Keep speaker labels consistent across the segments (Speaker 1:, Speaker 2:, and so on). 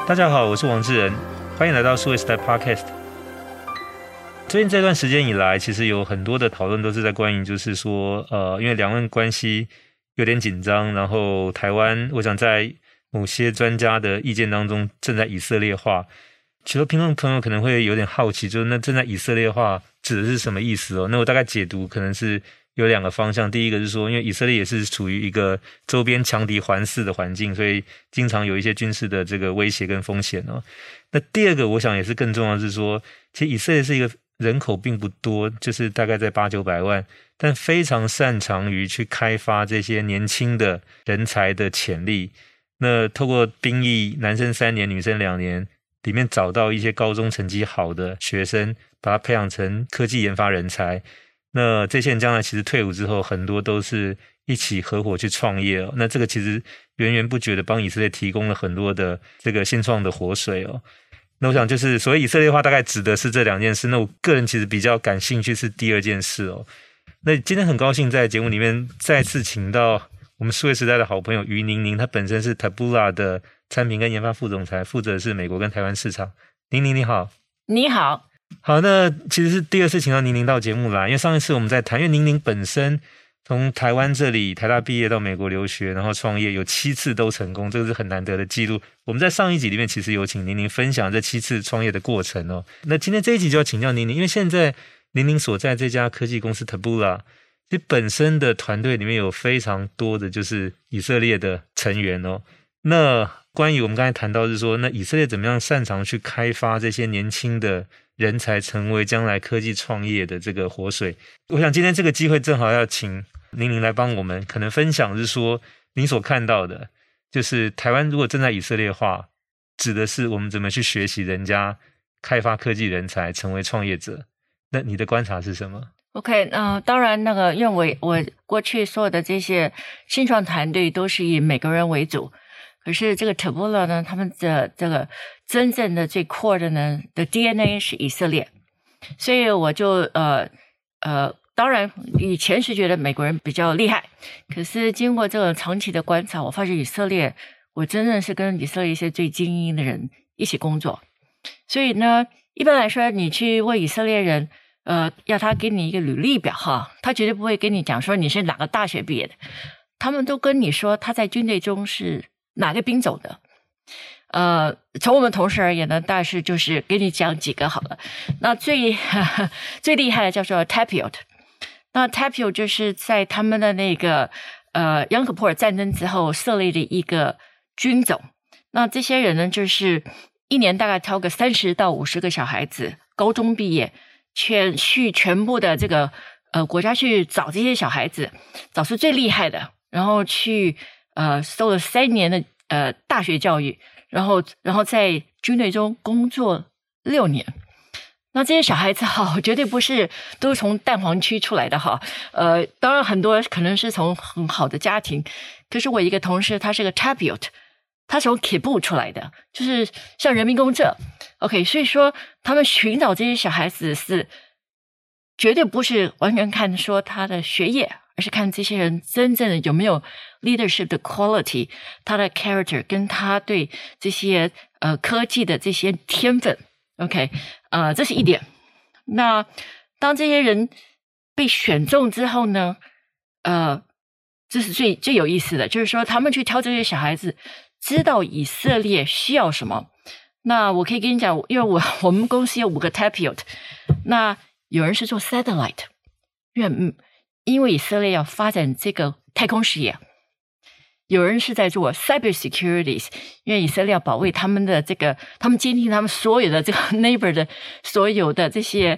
Speaker 1: 大家好，我是王志仁，欢迎来到数位时代 Podcast。最近这段时间以来，其实有很多的讨论都是在关于就是说，因为两岸关系有点紧张，然后台湾，我想在某些专家的意见当中正在以色列化。许多听众朋友可能会有点好奇，就是那正在以色列化指的是什么意思哦？那我大概解读可能是有两个方向。第一个是说，因为以色列也是处于一个周边强敌环伺的环境，所以经常有一些军事的这个威胁跟风险哦。那第二个我想也是更重要的是说，其实以色列是一个人口并不多，就是大概在800-900万，但非常擅长于去开发这些年轻的人才的潜力。那透过兵役，男生3年，女生2年，里面找到一些高中成绩好的学生，把他培养成科技研发人才。那这些人将来其实退伍之后，很多都是一起合伙去创业哦。那这个其实源源不绝的帮以色列提供了很多的这个新创的活水哦。那我想就是所谓以色列化大概指的是这两件事，那我个人其实比较感兴趣是第二件事哦。那今天很高兴在节目里面再次请到我们数位时代的好朋友于宁宁，她本身是 Taboola 的产品跟研发副总裁，负责的是美国跟台湾市场。宁宁你好。
Speaker 2: 你好。
Speaker 1: 好，那其实是第二次请到宁宁到节目来，因为上一次我们在谈，因为宁宁本身从台湾这里台大毕业到美国留学，然后创业有7次都成功，这个是很难得的记录。我们在上一集里面其实有请宁宁分享这7次创业的过程哦。那今天这一集就要请教宁宁，因为现在宁宁所在这家科技公司 Taboola， 其实本身的团队里面有非常多的就是以色列的成员哦。那关于我们刚才谈到是说，那以色列怎么样擅长去开发这些年轻的人才成为将来科技创业的这个活水，我想今天这个机会正好要请宁宁来帮我们可能分享是说您所看到的，就是台湾如果正在以色列化，指的是我们怎么去学习人家开发科技人才成为创业者，那你的观察是什么？
Speaker 2: OK， 当然因为我过去所有的这些新创团队都是以美国人为主，可是这个 Taboola 呢，他们的这个真正的最 core 的呢的 DNA 是以色列，所以我就当然以前是觉得美国人比较厉害，可是经过这个长期的观察，我发现以色列，我真的是跟以色列一些最精英的人一起工作。所以呢，一般来说你去问以色列人要他给你一个履历表哈，他绝对不会跟你讲说你是哪个大学毕业的，他们都跟你说他在军队中是哪个兵种的。从我们同事而言呢，大概是就是给你讲几个好了。那最厉害的叫做 Tapiot， 那 Tapiot 就是在他们的那个杨可波尔战争之后设立的一个军种。那这些人呢，就是一年大概挑个30到50个小孩子，高中毕业，全部的这个国家去找这些小孩子，找出最厉害的，然后去受了3年的大学教育，然后在军队中工作6年。那这些小孩子哈，绝对不是都是从蛋黄区出来的哈。当然很多可能是从很好的家庭，可是我一个同事他是个 Tapiot， 他从 Kibbutz 出来的，就是像人民公社。OK， 所以说他们寻找这些小孩子是绝对不是完全看说他的学业，而是看这些人真正的有没有 leadership 的 quality， 他的 character 跟他对这些科技的这些天分。OK， 这是一点。那当这些人被选中之后呢，这是最有意思的，就是说他们去挑这些小孩子，知道以色列需要什么。那我可以跟你讲，因为我们公司有5个 Tapiot， 那有人是做 satellite， 因为以色列要发展这个太空事业。有人是在做 cyber securities， 因为以色列要保卫他们的这个，他们监听他们所有的这个 neighbor 的所有的这些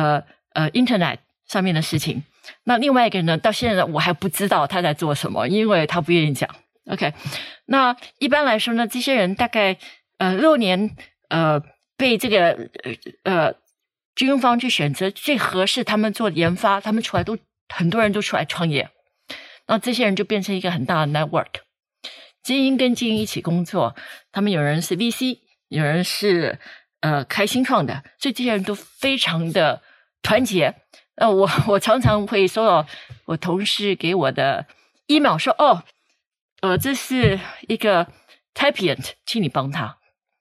Speaker 2: internet 上面的事情。那另外一个人呢，到现在我还不知道他在做什么，因为他不愿意讲。OK， 那一般来说呢，这些人大概6年被这个军方去选择最合适他们做研发，他们出来都很多人都出来创业。那这些人就变成一个很大的 network， 精英跟精英一起工作，他们有人是 VC， 有人是开新创的，所以这些人都非常的团结。我常常会收到我同事给我的 email 说，这是一个 Tapiot， 请你帮他。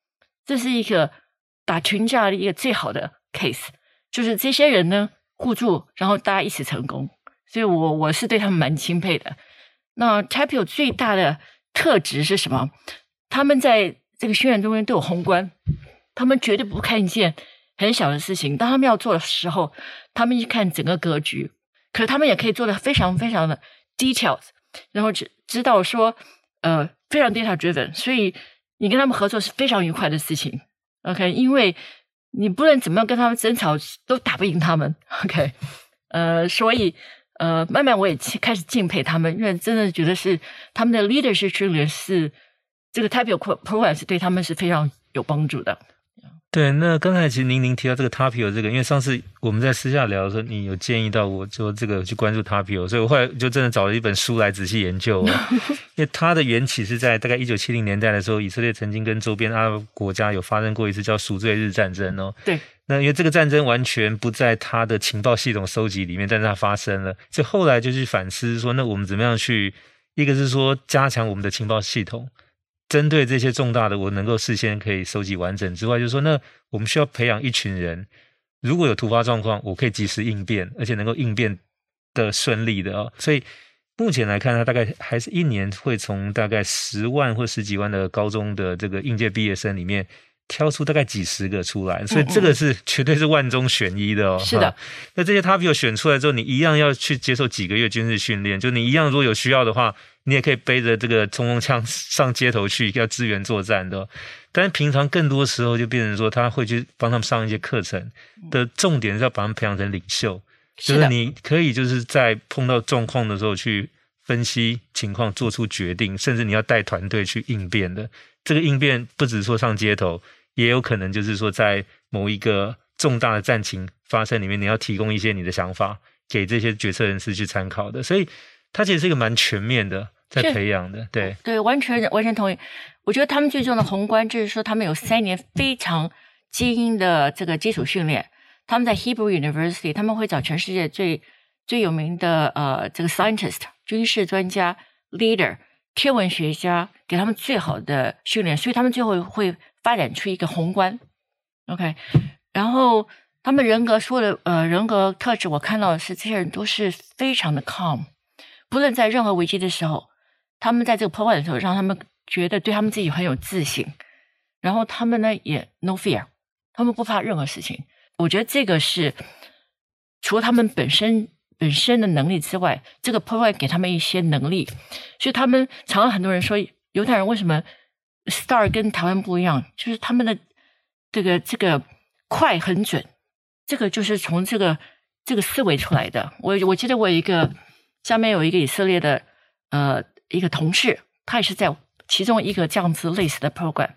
Speaker 2: 这是一个打群架的一个最好的 case， 就是这些人呢互助，然后大家一起成功，所以我是对他们蛮钦佩的。那 Tapio 最大的特质是什么？他们在这个训练中间都有宏观，他们绝对不看见很小的事情，当他们要做的时候，他们去看整个格局，可是他们也可以做得非常非常的 details， 然后知道说非常 data driven， 所以你跟他们合作是非常愉快的事情 OK， 因为你不论怎么样跟他们争吵都打不赢他们 OK， 所以慢慢我也开始敬佩他们，因为真的觉得是他们的 leadership 训练是这个 Tapio program 是对他们是非常有帮助的。
Speaker 1: 对，那刚才其实您提到这个 Tapio 这个，因为上次我们在私下聊的时候，你有建议到我说这个去关注 Tapio， 所以我后来就真的找了一本书来仔细研究因为它的缘起是在大概1970年代的时候，以色列曾经跟周边阿拉伯国家有发生过一次叫赎罪日战争哦。
Speaker 2: 对。
Speaker 1: 那因为这个战争完全不在它的情报系统收集里面，但是它发生了，所以后来就去反思说，那我们怎么样去，一个是说加强我们的情报系统，针对这些重大的我能够事先可以收集完整之外，就是说那我们需要培养一群人，如果有突发状况我可以及时应变，而且能够应变的顺利的哦。所以目前来看，它大概还是一年会从大概10万或10几万的高中的这个应届毕业生里面挑出大概几十个出来，所以这个是绝对是万中选一的哦。
Speaker 2: 是的。
Speaker 1: 那这些 Tapio 选出来之后，你一样要去接受几个月军事训练，就你一样如果有需要的话，你也可以背着这个冲锋枪上街头去要支援作战的哦。但是平常更多时候就变成说他会去帮他们上一些课程的重点是要把他们培养成领袖，就是你可以就是在碰到状况的时候去分析情况做出决定，甚至你要带团队去应变的。这个应变不只是说上街头，也有可能就是说在某一个重大的战情发生里面，你要提供一些你的想法给这些决策人士去参考的。所以它其实是一个蛮全面的在培养的。对
Speaker 2: 对，完全同意。我觉得他们最重要的宏观就是说他们有3年非常精英的这个基础训练。他们在 Hebrew University， 他们会找全世界最有名的这个 scientist 军事专家 leader 天文学家，给他们最好的训练，所以他们最后会发展出一个宏观 OK。 然后他们人格说的人格特质，我看到的是这些人都是非常的 calm， 不论在任何危机的时候，他们在这个破坏的时候让他们觉得对他们自己很有自信，然后他们呢也 no fear， 他们不怕任何事情。我觉得这个是除了他们本身的能力之外，这个破坏给他们一些能力，所以他们常常很多人说犹太人为什么 STAR 跟台湾不一样，就是他们的这个快很准，这个就是从这个思维出来的。我记得我下面有一个以色列的一个同事，他也是在其中一个这样子类似的 program，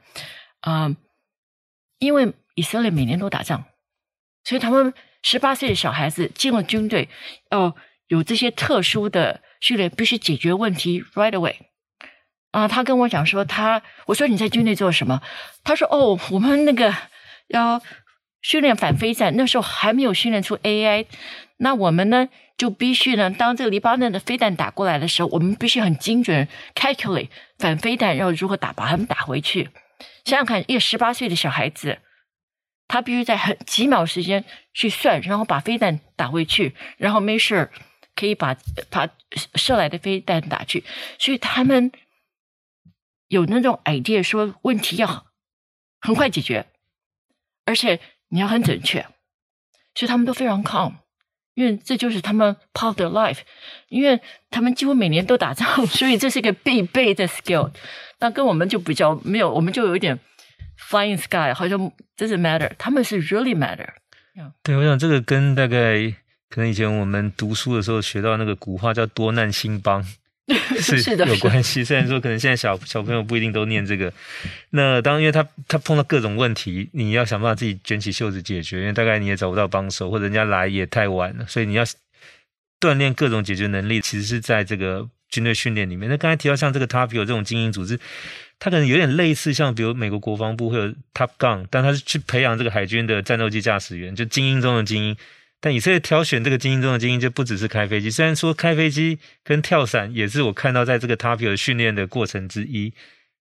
Speaker 2: 因为以色列每年都打仗，所以他们18岁的小孩子进了军队，有这些特殊的训练，必须解决问题 right away。他跟我讲说我说你在军队做什么？他说我们那个要训练反飞弹，那时候还没有训练出 AI， 那我们呢就必须呢，当这个黎巴嫩的飞弹打过来的时候，我们必须很精准 calculate 反飞弹要如何把他们打回去。想想看，一个18岁的小孩子，他必须在几秒时间去算，然后把飞弹打回去，然后 make sure 可以把射来的飞弹打去。所以他们有那种 idea 说问题要很快解决，而且你要很准确，所以他们都非常 calm， 因为这就是他们 part of their life， 因为他们几乎每年都打仗，所以这是一个必备的 skill。 那跟我们就比较没有，我们就有一点 flying sky， 好像 doesn't matter， 他们是 really matter。
Speaker 1: 对，我想这个跟大概可能以前我们读书的时候学到那个古话叫多难兴邦是有关系。虽然说可能现在小朋友不一定都念这个，那因为他碰到各种问题，你要想办法自己卷起袖子解决，因为大概你也找不到帮手，或者人家来也太晚了，所以你要锻炼各种解决能力，其实是在这个军队训练里面。那刚才提到像这个 Tapio 这种精英组织，它可能有点类似像比如美国国防部会有 Top Gun， 但它是去培养这个海军的战斗机驾驶员，就精英中的精英。但以色列挑选这个精英中的精英就不只是开飞机，虽然说开飞机跟跳伞也是我看到在这个 Tapio 训练的过程之一，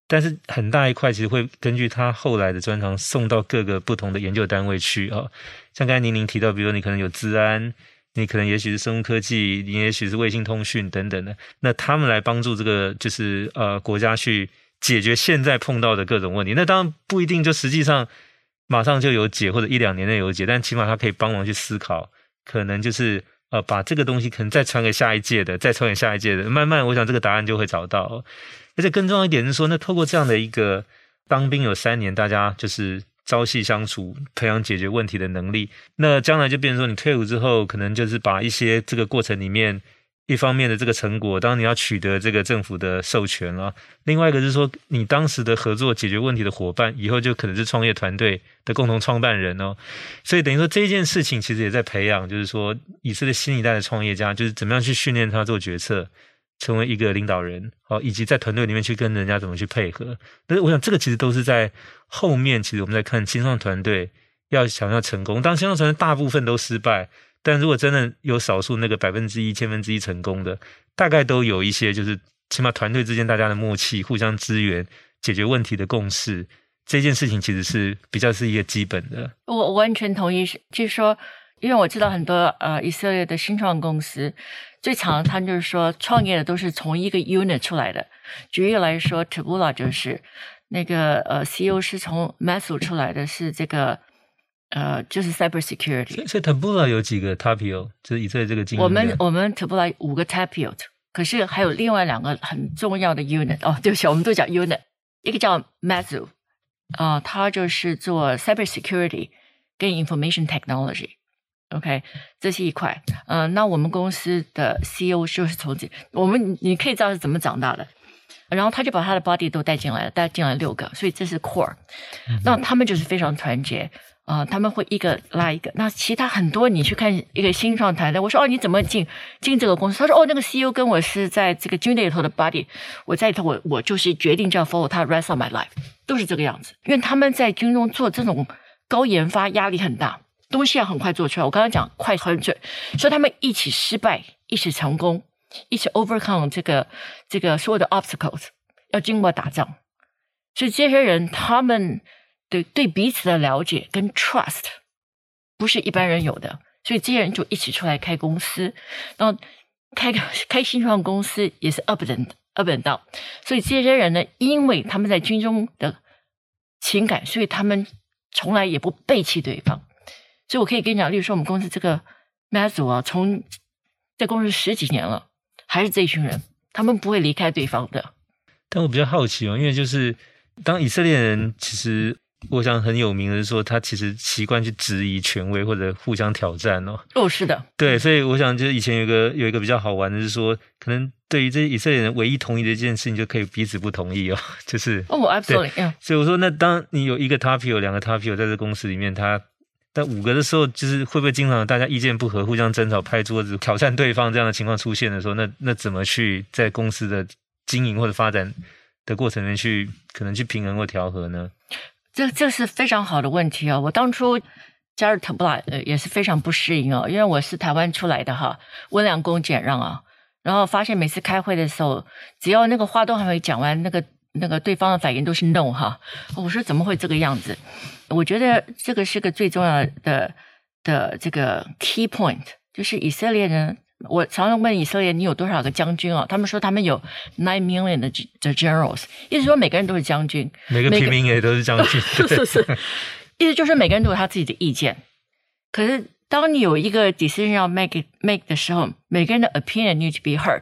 Speaker 1: 但是很大一块其实会根据他后来的专长送到各个不同的研究单位去啊。像刚才您提到，比如说你可能有资安，你可能也许是生物科技，你也许是卫星通讯等等的，那他们来帮助这个就是国家去解决现在碰到的各种问题。那当然不一定就实际上马上就有解，或者1-2年内有解，但起码他可以帮忙去思考，可能就是把这个东西可能再传给下一届的，再传给下一届的，慢慢我想这个答案就会找到。而且更重要一点是说，那透过这样的一个当兵有3年，大家就是朝夕相处，培养解决问题的能力，那将来就变成说你退伍之后可能就是把一些这个过程里面一方面的这个成果，当然你要取得这个政府的授权了，另外一个是说你当时的合作解决问题的伙伴以后就可能是创业团队的共同创办人哦。所以等于说这件事情其实也在培养，就是说以色列新一代的创业家，就是怎么样去训练他做决策，成为一个领导人，以及在团队里面去跟人家怎么去配合。但是我想这个其实都是在后面，其实我们在看新创团队想要成功，当新创团队大部分都失败，但如果真的有少数那个1%、1/1000成功的，大概都有一些就是起码团队之间大家的默契，互相支援，解决问题的共识，这件事情其实是比较是一个基本的。
Speaker 2: 我完全同意，就是说因为我知道很多以色列的新创公司最常他就是说创业的都是从一个 unit 出来的。举例来说 Taboola 就是那个CEO 是从 Method 出来的，是这个就是 cyber security。
Speaker 1: 所以 Taboola 有几个 Tapio， 就是以色列这个经营的。
Speaker 2: 我们 Taboola 5个 Tapio， 可是还有另外2个很重要的 unit。 对不起，我们都讲 unit。 一个叫 Method， 他就是做 cyber security 跟 information technology。OK， 这是一块。那我们公司的 CEO 就是从你可以知道是怎么长大的，然后他就把他的 body 都带进来了，带进来6个，所以这是 core。那他们就是非常团结，他们会一个拉一个。那其他很多你去看一个新创团队，我说你怎么进这个公司？他说那个 CEO 跟我是在这个军队里头的 body， 我在里头我就是决定就要 follow 他 rest of my life， 都是这个样子。因为他们在军中做这种高研发压力很大，东西要很快做出来，我刚刚讲快很准，所以他们一起失败，一起成功，一起 overcome 这个所有的 obstacles， 要经过打仗。所以这些人他们对彼此的了解跟 trust 不是一般人有的，所以这些人就一起出来开公司，然后开新创公司也是 up and down。 所以这些人呢，因为他们在军中的情感，所以他们从来也不背弃对方。所以我可以跟你讲，例如说我们公司这个 Mazu 从在公司10几年了，还是这一群人，他们不会离开对方的。
Speaker 1: 但我比较好奇因为就是当以色列人，其实我想很有名的是说，他其实习惯去质疑权威或者互相挑战
Speaker 2: 是的，
Speaker 1: 对，所以我想就是以前有一个比较好玩的是说，可能对于这些以色列人唯一同意的一件事情，就可以彼此不同意就是
Speaker 2: absolutely，
Speaker 1: 所以我说，那当你有1个 Tapio 2个 Tapio 在这公司里面，但5个的时候，就是会不会经常大家意见不合，互相争吵、拍桌子、挑战对方这样的情况出现的时候，那怎么去在公司的经营或者发展的过程里面可能去平衡或调和呢？
Speaker 2: 这是非常好的问题我当初加入 Taboola 也是非常不适应因为我是台湾出来的温良恭俭让然后发现每次开会的时候，只要那个话都还没讲完，那个对方的反应都是 no 我说怎么会这个样子？我觉得这个是个最重要的这个 key point， 就是以色列人。我常常问以色列你有多少个将军他们说他们有9 million 的 generals， 意思说每个人都是将军，
Speaker 1: 每个平民也都是将军
Speaker 2: 是意思就是每个人都有他自己的意见。可是当你有一个 decision 要 make 的时候，每个人的 opinion need to be heard。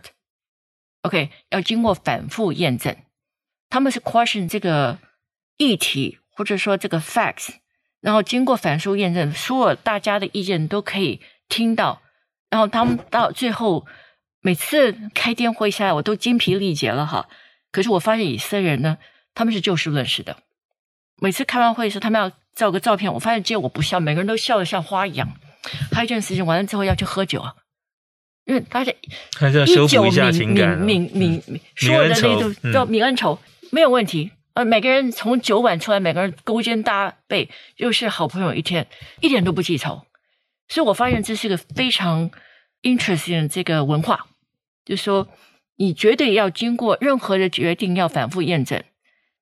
Speaker 2: OK， 要经过反复验证。他们是 question 这个议题或者说这个 facts， 然后经过反复验证，所有大家的意见都可以听到，然后他们到最后每次开电会下来我都精疲力竭了可是我发现以色列人呢，他们是就事论事的。每次开完会的时候他们要照个照片，我发现只有我不笑，每个人都笑得像花一样。还有一件事情完了之后要去喝酒因为大家
Speaker 1: 还是要修复一下情感
Speaker 2: 所有的那种叫泯恩仇没有问题。每个人从酒馆出来，每个人勾肩搭背，又是好朋友一天，一点都不记仇。所以我发现这是个非常 interesting 的这个文化，就是说你绝对要经过任何的决定要反复验证，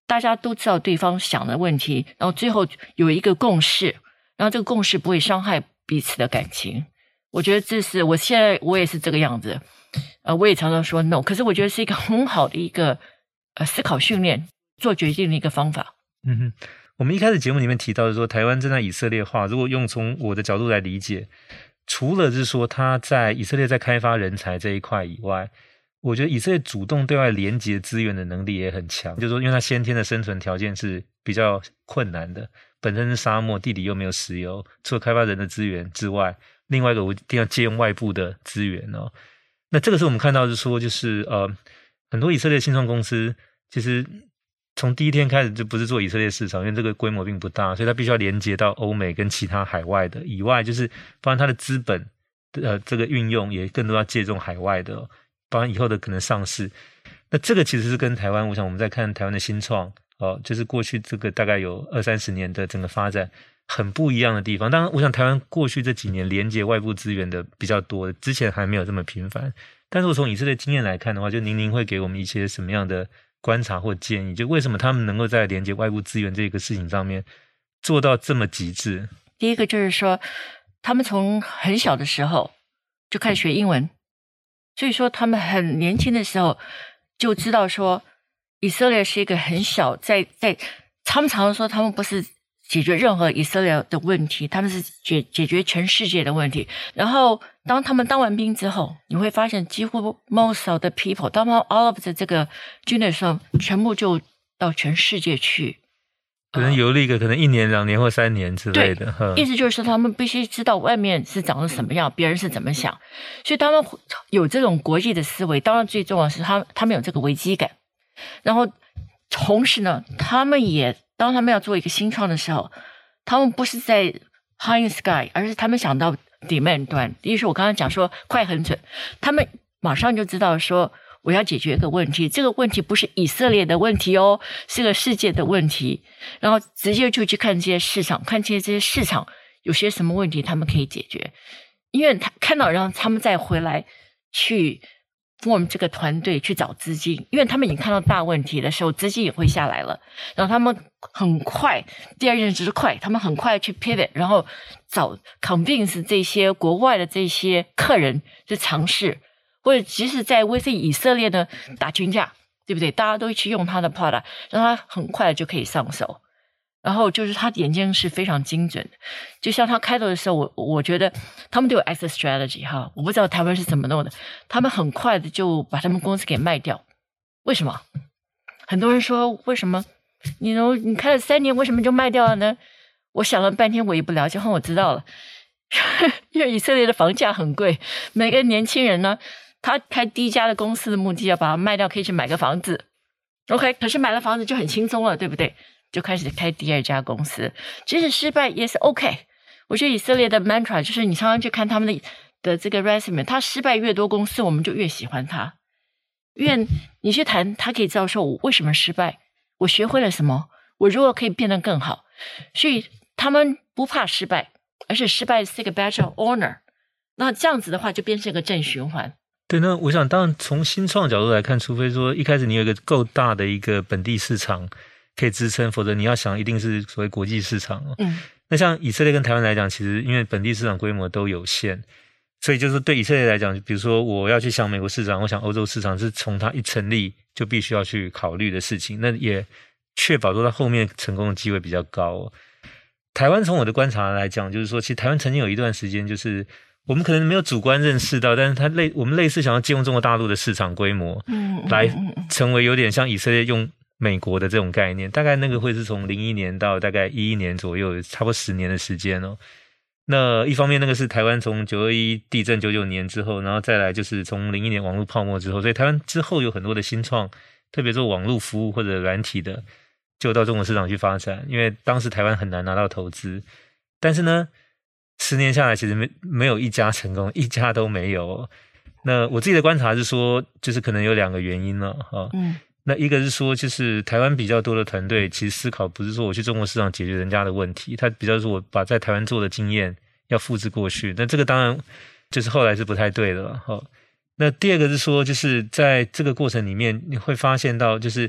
Speaker 2: 大家都知道对方想的问题，然后最后有一个共识，然后这个共识不会伤害彼此的感情。我觉得这是现在我也是这个样子，我也常常说 no， 可是我觉得是一个很好的一个思考训练、做决定的一个方法。
Speaker 1: 我们一开始节目里面提到的说，台湾正在以色列化。如果用从我的角度来理解，除了是说他在以色列在开发人才这一块以外，我觉得以色列主动对外连接资源的能力也很强。就是说，因为它先天的生存条件是比较困难的，本身是沙漠，地里又没有石油，除了开发人的资源之外，另外一个我一定要借用外部的资源哦。那这个是我们看到是说，就是很多以色列新创公司其实从第一天开始就不是做以色列市场，因为这个规模并不大，所以它必须要连接到欧美跟其他海外的以外，就是包含它的资本这个运用也更多要借重海外的，包含以后的可能上市。那这个其实是跟台湾，我想我们在看台湾的新创就是过去这个大概有20-30年的整个发展很不一样的地方。当然我想台湾过去这几年连接外部资源的比较多，之前还没有这么频繁。但是我从以色列经验来看的话，就您会给我们一些什么样的观察或建议，就为什么他们能够在连接外部资源这个事情上面做到这么极致？
Speaker 2: 第一个就是说，他们从很小的时候就开始学英文，所以说他们很年轻的时候就知道说，以色列是一个很小，在他们常常说他们不是解决任何以色列的问题，他们是解决全世界的问题。然后当他们当完兵之后，你会发现几乎 most of the people， 当他们 all of the 这个军队上全部就到全世界去，
Speaker 1: 可能游历个可能1年2年或3年之类的。
Speaker 2: 意思就是说他们必须知道外面是长得什么样，别人是怎么想，所以他们有这种国际的思维。当然最重要的是他们有这个危机感，然后同时呢，他们也当他们要做一个新创的时候，他们不是在 high in sky， 而是他们想到 demand 端。例如我刚刚讲说快很准，他们马上就知道说我要解决一个问题，这个问题不是以色列的问题哦，是个世界的问题，然后直接就去看这些市场，看这些市场有些什么问题他们可以解决，因为他看到，然后他们再回来去form这个团队去找资金，因为他们已经看到大问题的时候，资金也会下来了，然后他们很快，第二件事是快，他们很快去 pivot， 然后找 convince 这些国外的这些客人去尝试，或者即使在为以色列呢打群架，对不对？大家都去用他的 product， 让他很快就可以上手。然后就是他眼睛是非常精准的，就像他开头的时候，我觉得他们都有 exit strategy 哈，我不知道台湾是怎么弄的，他们很快的就把他们公司给卖掉。为什么？很多人说为什么？你开了3年，为什么就卖掉了呢？我想了半天，我也不了解，后我知道了，因为以色列的房价很贵，每个年轻人呢，他开第一家的公司的目的要把它卖掉，可以去买个房子。OK， 可是买了房子就很轻松了，对不对？就开始开第二家公司，即使失败也是 OK。我觉得以色列的 mantra 就是你常常去看他们的这个 resume， 他失败越多公司，我们就越喜欢他。因为你去谈，他可以知道说我为什么失败，我学会了什么，我如果可以变得更好。所以他们不怕失败，而且失败是一个 badge of honor。那这样子的话就变成一个正循环。
Speaker 1: 对，那我想当然从新创角度来看，除非说一开始你有一个够大的一个本地市场可以支撑，否则你要想一定是所谓国际市场。那像以色列跟台湾来讲，其实因为本地市场规模都有限，所以就是对以色列来讲，比如说我要去想美国市场，我想欧洲市场，是从它一成立就必须要去考虑的事情，那也确保说它后面成功的机会比较高。台湾从我的观察来讲，就是说其实台湾曾经有一段时间，就是我们可能没有主观认识到，但是我们类似想要借用中国大陆的市场规模来成为有点像以色列用美国的这种概念，大概那个会是从01年到大概11年左右，差不多10年的时间哦。那一方面那个是台湾从921地震99年之后，然后再来就是从01年网络泡沫之后，所以台湾之后有很多的新创，特别做网络服务或者软体的，就到中国市场去发展，因为当时台湾很难拿到投资。但是呢10年下来其实没有一家成功，一家都没有。那我自己的观察是说，就是可能有2个原因了那一个是说，就是台湾比较多的团队其实思考不是说我去中国市场解决人家的问题，他比较说我把在台湾做的经验要复制过去，那这个当然就是后来是不太对的了那第二个是说，就是在这个过程里面你会发现到，就是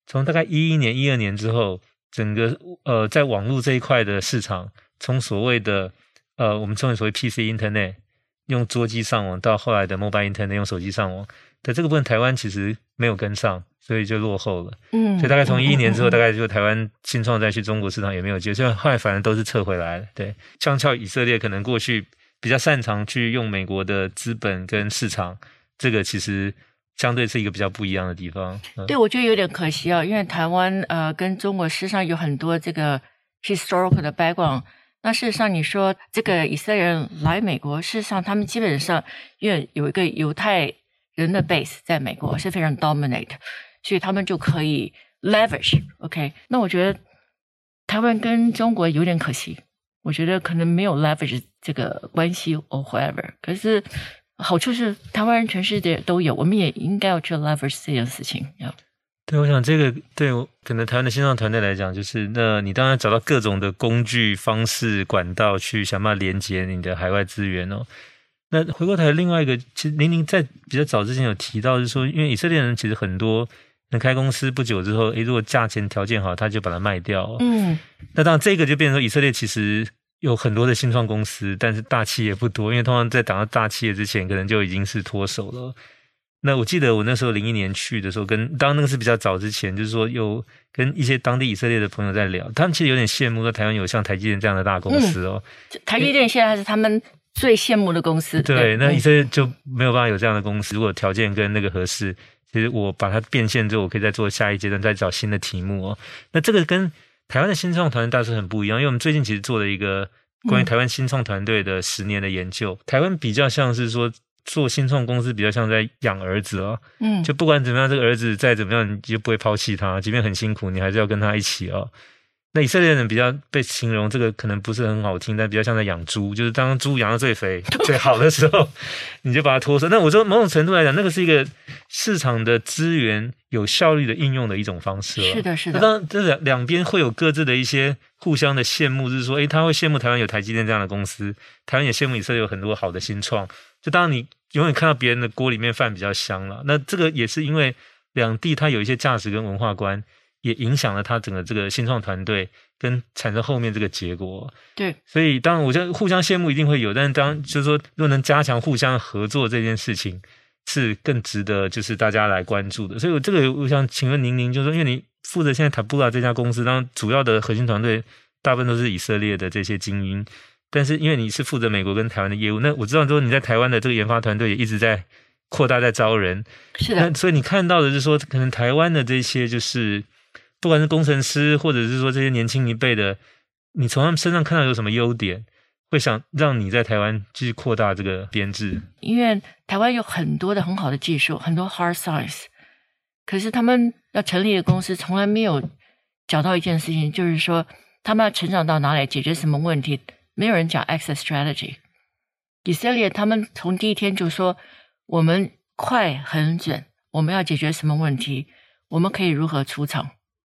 Speaker 1: 从大概11年、12年之后，整个在网络这一块的市场，从所谓的我们称为所谓 PC Internet 用桌机上网，到后来的 Mobile Internet 用手机上网的这个部分，台湾其实没有跟上，所以就落后了。所以大概从11年之后，大概就台湾新创再去中国市场也没有接，所以后来反而都是撤回来了。对，相较以色列可能过去比较擅长去用美国的资本跟市场，这个其实相对是一个比较不一样的地方。
Speaker 2: 对，我觉得有点可惜啊，因为台湾跟中国事实上有很多这个 historical 的 background。那事实上你说这个以色列人来美国，事实上他们基本上因为有一个犹太人的 base 在美国是非常 dominate， 所以他们就可以 leverage。 OK， 那我觉得台湾跟中国有点可惜，我觉得可能没有 leverage 这个关系 or whatever， 可是好处是台湾人全世界都有，我们也应该要去 leverage 这件事情。
Speaker 1: 对，我想这个对可能台湾的新创团队来讲，就是那你当然找到各种的工具、方式、管道去想办法连接你的海外资源哦。那回过头另外一个，其实玲玲在比较早之前有提到，就是说，因为以色列人其实很多能开公司不久之后，如果价钱条件好，他就把它卖掉哦。那当然这个就变成说，以色列其实有很多的新创公司，但是大企业不多，因为通常在打到大企业之前，可能就已经是脱手了。那我记得我那时候01年去的时候，当然那个是比较早之前，就是说有跟一些当地以色列的朋友在聊，他们其实有点羡慕说台湾有像台积电这样的大公司哦。
Speaker 2: 台积电现在是他们最羡慕的公司。
Speaker 1: 对，那以色列就没有办法有这样的公司，如果条件跟那个合适，其实我把它变现之后，我可以再做下一阶段，再找新的题目哦。那这个跟台湾的新创团队大致很不一样，因为我们最近其实做了一个关于台湾新创团队的10年的研究，台湾比较像是说做新创公司比较像在养儿子哦，就不管怎么样，这个儿子再怎么样，你就不会抛弃他，即便很辛苦，你还是要跟他一起哦。那以色列人比较被形容，这个可能不是很好听，但比较像在养猪，就是当猪养到最肥、最好的时候，你就把它脱手。那我说某种程度来讲，那个是一个市场的资源有效率的应用的一种方式哦。
Speaker 2: 是的，是的。
Speaker 1: 当然，这两边会有各自的一些互相的羡慕，就是说，他会羡慕台湾有台积电这样的公司，台湾也羡慕以色列有很多好的新创。就当然你永远看到别人的锅里面饭比较香了，那这个也是因为两地它有一些价值跟文化观，也影响了它整个这个新创团队跟产生后面这个结果。
Speaker 2: 对，
Speaker 1: 所以当然我觉得互相羡慕一定会有，但是就是说如果能加强互相合作这件事情，是更值得就是大家来关注的。所以这个我想请问宁，就是说因为你负责现在 Taboola 这家公司，当然主要的核心团队大部分都是以色列的这些精英，但是因为你是负责美国跟台湾的业务，那我知道说你在台湾的这个研发团队也一直在扩大，在招人。
Speaker 2: 是的。
Speaker 1: 那所以你看到的是说，可能台湾的这些就是不管是工程师，或者是说这些年轻一辈的，你从他们身上看到有什么优点，会想让你在台湾继续扩大这个编制？
Speaker 2: 因为台湾有很多的很好的技术，很多 hard science， 可是他们要成立的公司从来没有讲到一件事情，就是说他们要成长到哪里，解决什么问题，没有人讲 exit strategy。 以色列他们从第一天就说我们快很准，我们要解决什么问题，我们可以如何出场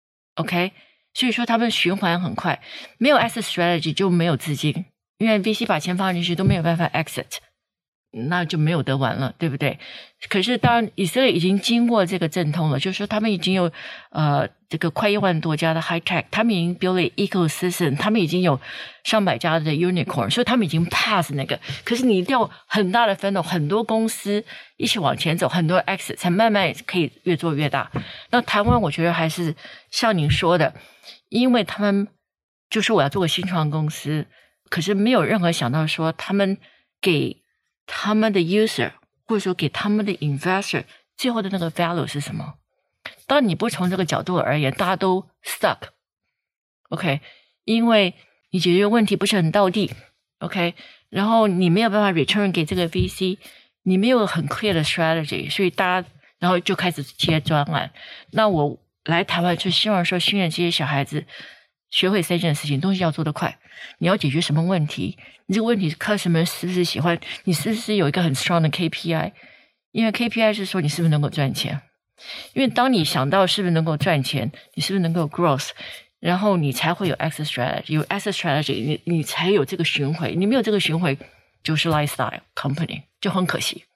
Speaker 2: OK， 所以说他们循环很快，没有 exit strategy 就没有资金，因为 VC 把钱放进去都没有办法 exit， 那就没有得玩了，对不对？可是当然以色列已经经过这个阵痛了，就是说他们已经有这个快1万多家的 high tech， 他们已经 build a ecosystem， 他们已经有上百家的 unicorn， 所以他们已经 pass 那个。可是你一定要很大的分动，很多公司一起往前走，很多 exit 才慢慢可以越做越大。那台湾我觉得还是像您说的，因为他们就是我要做个新创公司，可是没有任何想到说他们给他们的 user 或者说给他们的 investor 最后的那个 value 是什么。当你不从这个角度而言，大家都 stuck OK， 因为你解决问题不是很到地 OK， 然后你没有办法 return 给这个 VC， 你没有很 clear 的 strategy， 所以大家然后就开始接专案。那我来台湾就希望说训练这些小孩子学会3件事情，东西要做得快，你要解决什么问题，你这个问题 customer 是不是喜欢，你是不是有一个很 strong 的 KPI， 因为 KPI 是说你是不是能够赚钱，因为当你想到是不是能够赚钱，你是不是能够 growth， 然后你才会有 exit strategy， 有 exit strategy 你才有这个巡回，你没有这个巡回就是 lifestyle company， 就很可惜。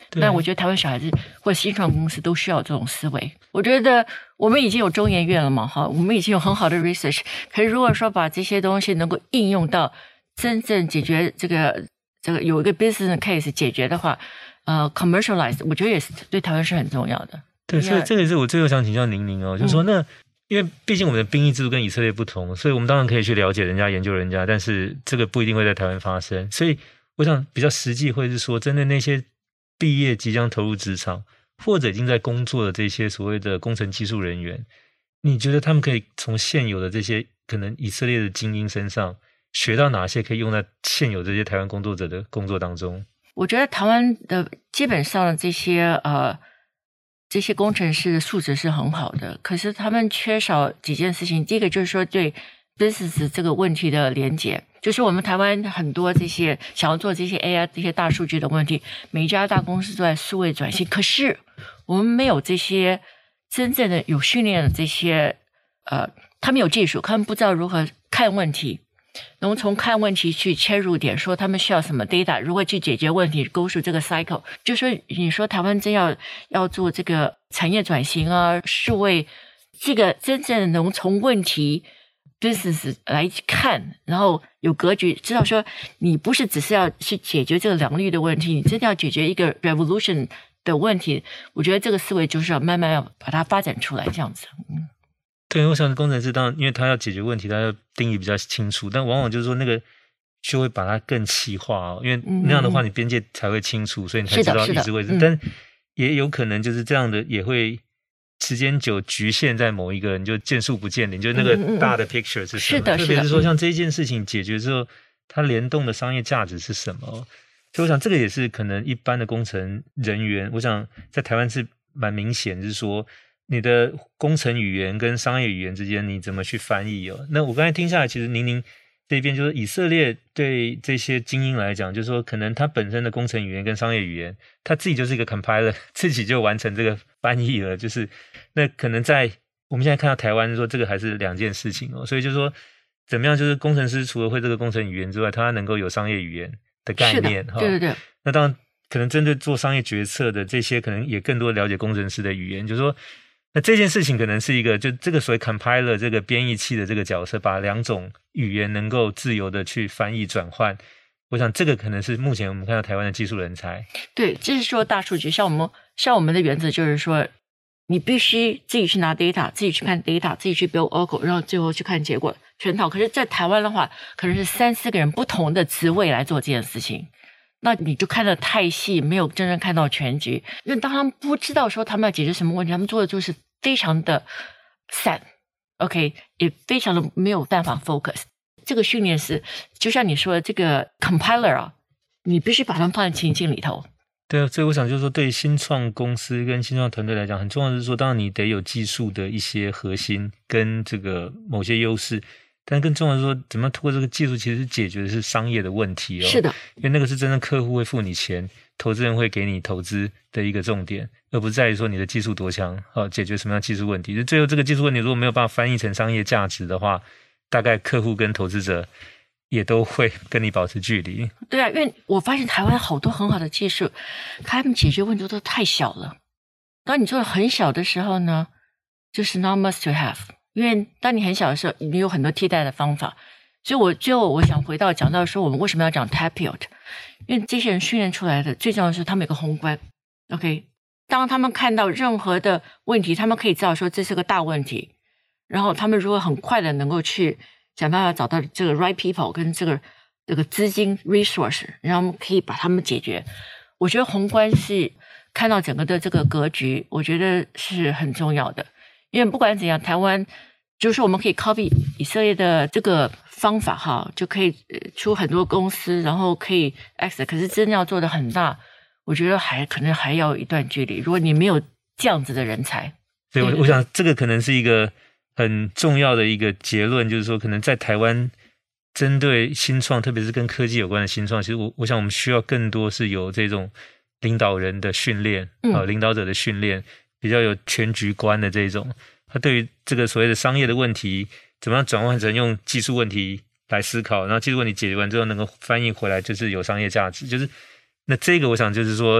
Speaker 2: 那我觉得台湾小孩子或新创公司都需要这种思维。我觉得我们已经有中研院了嘛，哈，我们已经有很好的 research， 可是如果说把这些东西能够应用到真正解决这个有一个 business case 解决的话，commercialize， 我觉得也是对台湾是很重要的。
Speaker 1: 对，所以这个是我最后想请教宁哦，就是说那因为毕竟我们的兵役制度跟以色列不同，所以我们当然可以去了解人家、研究人家，但是这个不一定会在台湾发生。所以我想比较实际会是说，针对那些毕业即将投入职场或者已经在工作的这些所谓的工程技术人员，你觉得他们可以从现有的这些可能以色列的精英身上学到哪些可以用在现有这些台湾工作者的工作当中？
Speaker 2: 我觉得台湾的基本上的这些工程师的素质是很好的，可是他们缺少几件事情。第一个就是说对 business 这个问题的连结，就是我们台湾很多这些想要做这些 AI 这些大数据的问题，每一家大公司都在数位转型，可是我们没有这些真正的有训练的这些他们有技术，他们不知道如何看问题，然后从看问题去切入点，说他们需要什么 data， 如何去解决问题 ，go through 这个 cycle。就说你说台湾真要做这个产业转型啊，数位这个真正能从问题 business 来看，然后有格局，知道说你不是只是要去解决这个良率的问题，你真的要解决一个 revolution 的问题。我觉得这个思维就是要慢慢要把它发展出来，这样子。
Speaker 1: 对，我想工程师当然，因为他要解决问题，他要定义比较清楚，但往往就是说那个就会把它更细化哦，因为那样的话你边界才会清楚，所以你才知道意思为什么。但也有可能就是这样的，也会时间久局限在某一个，你就见树不见林，就那个大的 picture 是什么？
Speaker 2: 是的，
Speaker 1: 特别是说像这件事情解决之后，它联动的商业价值是什么？所以我想这个也是可能一般的工程人员，我想在台湾是蛮明显，就是说你的工程语言跟商业语言之间你怎么去翻译哦？那我刚才听下来，其实宁这边就是以色列对这些精英来讲，就是说可能他本身的工程语言跟商业语言，他自己就是一个 compiler， 自己就完成这个翻译了。就是那可能在我们现在看到台湾说这个还是两件事情哦，所以就是说怎么样，就是工程师除了会这个工程语言之外，他能够有商业语言的概念哈。
Speaker 2: 对对对。
Speaker 1: 那当然可能针对做商业决策的这些，可能也更多了解工程师的语言，就是说。那这件事情可能是一个，就这个所谓 compiler 这个编译器的这个角色，把两种语言能够自由的去翻译转换。我想这个可能是目前我们看到台湾的技术人才。
Speaker 2: 对，就是说大数据，像我们的原则就是说，你必须自己去拿 data， 自己去看 data， 自己去 build oracle， 然后最后去看结果全套。可是，在台湾的话，可能是3-4个人不同的职位来做这件事情。那你就看得太细，没有真正看到全局。因为当他们不知道说他们要解决什么问题，他们做的就是非常的散 ，OK， 也非常的没有办法 focus。这个训练是就像你说的这个 compiler 啊，你必须把它们放在情境里头。
Speaker 1: 对啊，所以我想就是说，对新创公司跟新创团队来讲，很重要的是说，当然你得有技术的一些核心跟这个某些优势。但更重要的是说，怎么样通过这个技术，其实解决的是商业的问题哦。
Speaker 2: 是的，
Speaker 1: 因为那个是真正客户会付你钱，投资人会给你投资的一个重点，而不是在于说你的技术多强，解决什么样的技术问题。就最后这个技术问题如果没有办法翻译成商业价值的话，大概客户跟投资者也都会跟你保持距离。
Speaker 2: 对啊，因为我发现台湾好多很好的技术，他们解决问题都太小了。当你做的很小的时候呢，就是 not must to have。因为当你很小的时候，你有很多替代的方法，所以我想回到讲到说，我们为什么要讲 Tapiote？ 因为这些人训练出来的最重要的是他们有个宏观 ，OK？ 当他们看到任何的问题，他们可以知道说这是个大问题，然后他们如果很快的能够去想办法找到这个 right people 跟这个资金 resource， 然后可以把他们解决。我觉得宏观是看到整个的这个格局，我觉得是很重要的。因为不管怎样，台湾就是我们可以 copy 以色列的这个方法哈，就可以出很多公司，然后可以 exit。可是真的要做的很大，我觉得可能还要有一段距离。如果你没有这样子的人才，
Speaker 1: 对，我想这个可能是一个很重要的一个结论，就是说，可能在台湾针对新创，特别是跟科技有关的新创，其实我想我们需要更多是有这种领导人的训练，领导者的训练。比较有全局观的这种，他对于这个所谓的商业的问题，怎么样转换成用技术问题来思考，然后技术问题解决完之后能够翻译回来，就是有商业价值。就是那这个，我想就是说，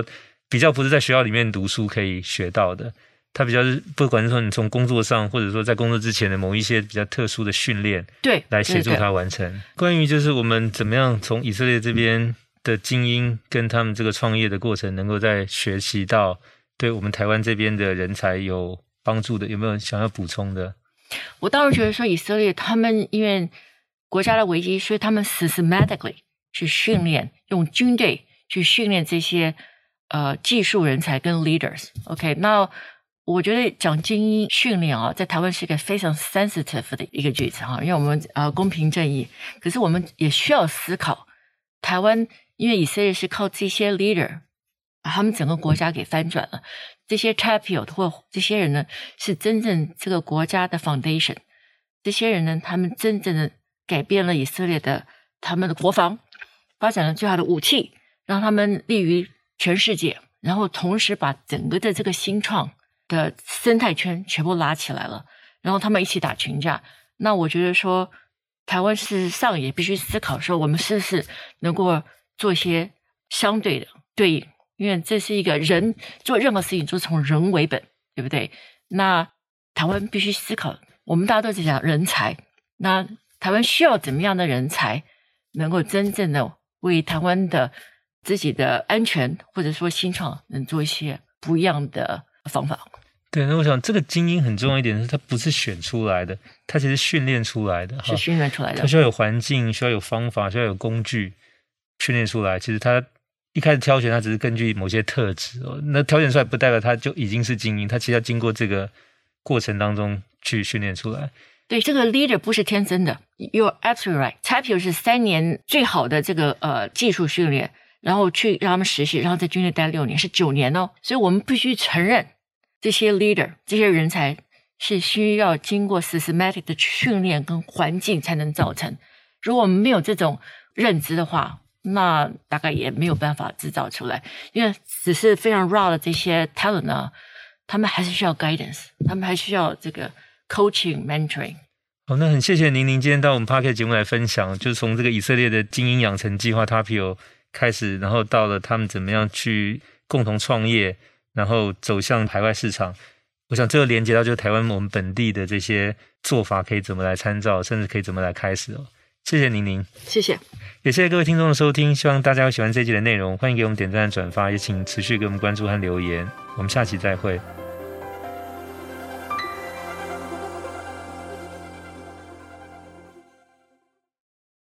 Speaker 1: 比较不是在学校里面读书可以学到的，它比较是不管是说你从工作上，或者说在工作之前的某一些比较特殊的训练，
Speaker 2: 对，
Speaker 1: 来协助他完成。关于就是我们怎么样从以色列这边的精英跟他们这个创业的过程，能够再学习到对我们台湾这边的人才有帮助的，有没有想要补充的？
Speaker 2: 我当然觉得说以色列他们因为国家的危机，所以他们 systematically 去训练，用军队去训练这些技术人才跟 leaders。OK， 那我觉得讲精英训练啊，在台湾是一个非常 sensitive 的一个句子哈，因为我们公平正义，可是我们也需要思考台湾，因为以色列是靠这些 leader 把他们整个国家给翻转了。这些 Tapiot 或这些人呢，是真正这个国家的 foundation。这些人呢，他们真正的改变了以色列的他们的国防，发展了最好的武器，让他们立于全世界，然后同时把整个的这个新创的生态圈全部拉起来了，然后他们一起打群架。那我觉得说，台湾事实上也必须思考说，我们是不是能够做一些相对的对应。因为这是一个人做任何事情都从人为本，对不对？那台湾必须思考，我们大家都在讲人才，那台湾需要怎么样的人才能够真正的为台湾的自己的安全或者说新创能做一些不一样的方法。
Speaker 1: 对，那我想这个精英很重要一点是，它不是选出来的，它其实训练出来的，
Speaker 2: 是训练出来的。
Speaker 1: 它需要有环境，需要有方法，需要有工具训练出来。其实它一开始挑选，它只是根据某些特质那挑选出来不代表它就已经是精英，它其实要经过这个过程当中去训练出来。
Speaker 2: 对，这个 leader 不是天生的 ，You're absolutely right。Tapio 是3年最好的这个技术训练，然后去让他们实习，然后在军队待6年，是9年哦。所以我们必须承认，这些 leader 这些人才是需要经过 systematic 的训练跟环境才能造成。如果我们没有这种认知的话，那大概也没有办法制造出来，因为只是非常 raw 的这些 talent 呢，他们还是需要 guidance， 他们还需要这个 coaching mentoring。
Speaker 1: 好，那很谢谢您今天到我们 Podcast 节目来分享，就是从这个以色列的精英养成计划 Tapio 开始，然后到了他们怎么样去共同创业，然后走向海外市场。我想这个连接到就是台湾我们本地的这些做法可以怎么来参照，甚至可以怎么来开始谢谢宁，
Speaker 2: 谢谢，
Speaker 1: 也谢谢各位听众的收听，希望大家会喜欢这一集的内容，欢迎给我们点赞转发，也请持续给我们关注和留言，我们下期再会。